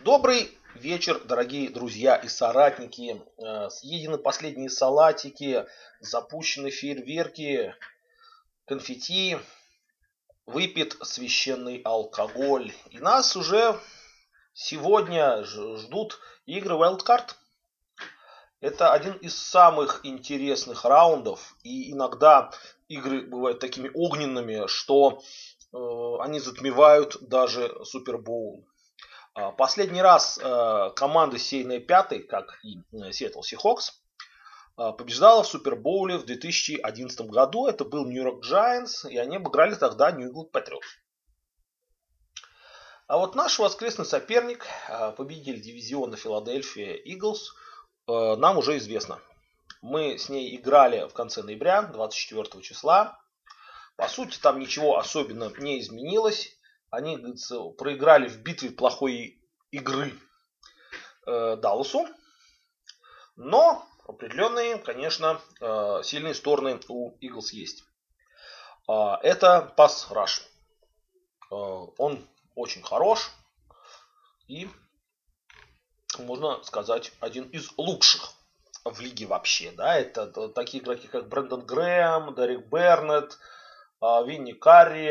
Добрый вечер, дорогие друзья и соратники. Съедены последние салатики, запущены фейерверки, конфетти, выпит священный алкоголь. И нас уже сегодня ждут игры Wildcard. Это один из самых интересных раундов. И иногда игры бывают такими огненными, что они затмевают даже Супербоул. Последний раз команда, сеянная пятой, как и Seattle Seahawks, побеждала в Супербоуле в 2011 году. Это был Нью-Йорк Giants, и они обыграли тогда New England Patriots. А вот наш воскресный соперник, победитель дивизиона Филадельфия Eagles, нам уже известно. Мы с ней играли в конце ноября, 24 числа. По сути, там ничего особенно не изменилось. Они, говорится, проиграли в битве плохой игры Далласу. Но определенные, конечно, сильные стороны у Eagles есть. Это пас-раш. Он очень хорош. И, можно сказать, один из лучших в лиге вообще. Да? Это такие игроки, как Брэндон Грэм, Дерек Бернетт, Винни Карри.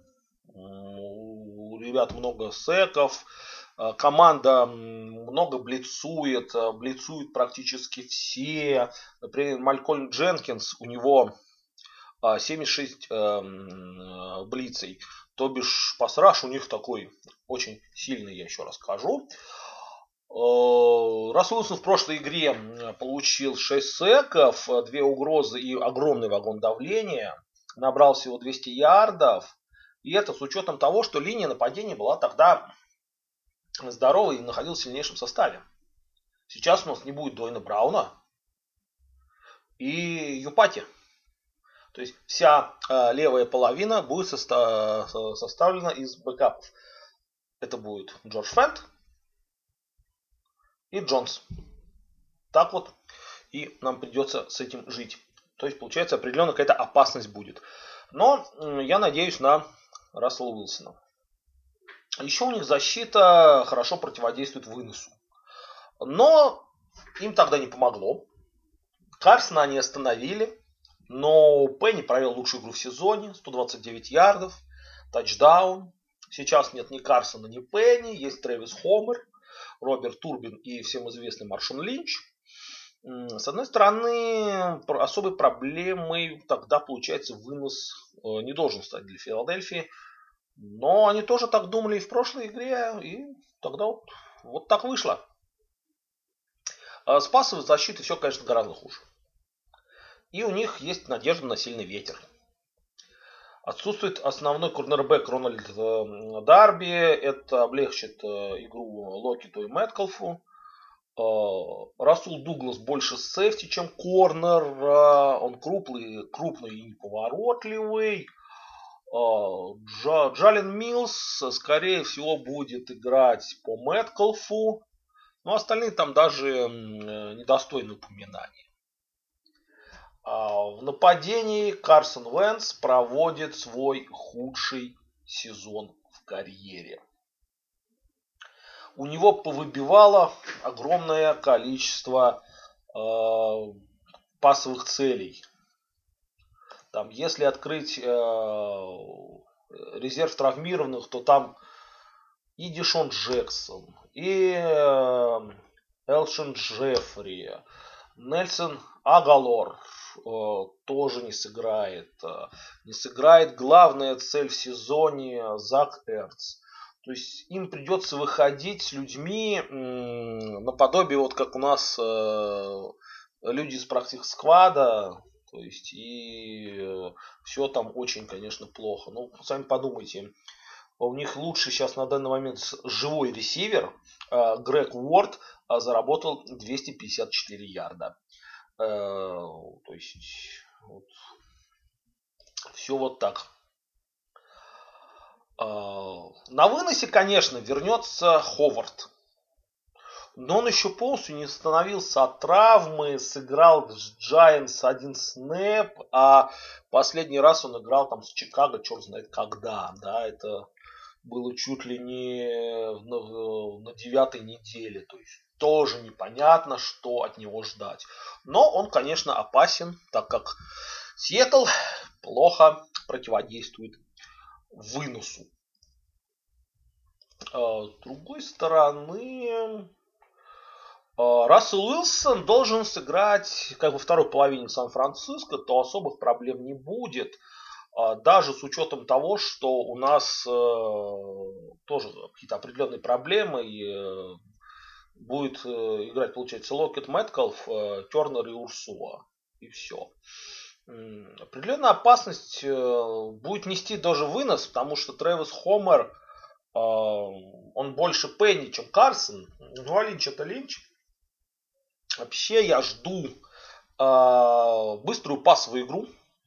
У ребят много секов. Команда много блицует практически все. Например, Малькольм Дженкинс, у него 76 блицей. То бишь пас-раш у них такой очень сильный, я еще раз скажу. Рассел Уилсон в прошлой игре получил 6 секов, 2 угрозы и огромный вагон давления. Набрал всего 200 ярдов. И это с учетом того, что линия нападения была тогда здоровой и находилась в сильнейшем составе. Сейчас у нас не будет Дуэйна Брауна и Юпати. То есть вся левая половина будет составлена из бэкапов. Это будет Джордж Фент и Джонс. Так вот и нам придется с этим жить. То есть получается определенно какая-то опасность будет. Но я надеюсь на Рассела Уилсона. Еще у них защита хорошо противодействует выносу. Но им тогда не помогло. Карсона они остановили. Но Пенни провел лучшую игру в сезоне. 129 ярдов. Тачдаун. Сейчас нет ни Карсона, ни Пенни. Есть Трэвис Хомер, Роберт Турбин и всем известный Маршон Линч. С одной стороны, особой проблемой тогда, получается, вынос не должен стать для Филадельфии. Но они тоже так думали и в прошлой игре, и тогда вот так вышло. С пасовой защитой все, конечно, гораздо хуже. И у них есть надежда на сильный ветер. Отсутствует основной корнербэк Рональд Дарби. Это облегчит игру Локету и Мэткалфу. Расул Дуглас больше сейфти, чем корнер. Он крупный и неповоротливый. Джален Милс, скорее всего, будет играть по Мэткалфу. Но остальные там даже недостойны упоминания. В нападении Карсон Венс проводит свой худший сезон в карьере. У него повыбивало огромное количество пасовых целей. Там, если открыть резерв травмированных, то там и Дишон Джексон, и Элшин Джеффри, Нельсон Агалор тоже не сыграет. Не сыграет главная цель в сезоне Зак Эрц. То есть им придется выходить с людьми наподобие, вот как у нас люди из практик-сквада. То есть и все там очень, конечно, плохо. Ну, сами подумайте. У них лучше сейчас на данный момент живой ресивер. Грег Уорд заработал 254 ярда. То есть вот, все вот так. На выносе, конечно, вернется Ховард. Но он еще полностью не восстановился от травмы. Сыграл с Giants один снэп. А последний раз он играл там с Чикаго, черт знает когда. Да, это было чуть ли не в на 9-й неделе. То есть тоже непонятно, что от него ждать. Но он, конечно, опасен, так как Сиэтл плохо противодействует выносу. С другой стороны, Рассел Уилсон должен сыграть как бы в второй половине Сан-Франциско, то особых проблем не будет. Даже с учетом того, что у нас тоже какие-то определенные проблемы, и будет играть, получается, Локет, Мэткалф, Тернер и Урсуа. И все. Определенная опасность будет нести даже вынос, потому что Трэвис Хомер, он больше Пенни, чем Карсон. Ну а Линч это Линч. Вообще я жду быструю пасовую игру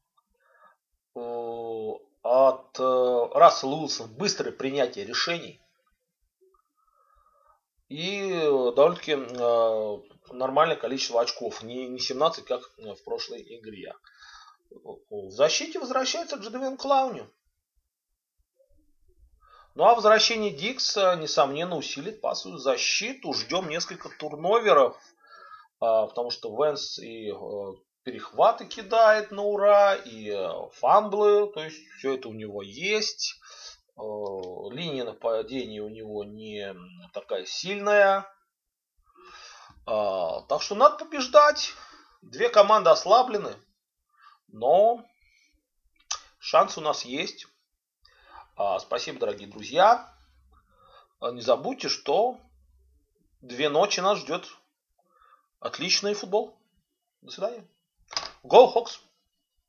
от Рассела Уилсона, быстрое принятие решений и довольно-таки нормальное количество очков. Не 17, как в прошлой игре. В защите возвращается Джадавиан Клауни. Ну а возвращение Дикса, несомненно, усилит пасовую защиту. Ждем несколько турноверов, потому что Венс и перехваты кидает на ура, и фамблы, то есть все это у него есть. Линия нападения у него не такая сильная. Так что надо побеждать. Две команды ослаблены, но шанс у нас есть. Спасибо, дорогие друзья. Не забудьте, что 2 ночи нас ждет отличный футбол. До свидания. Go Hawks!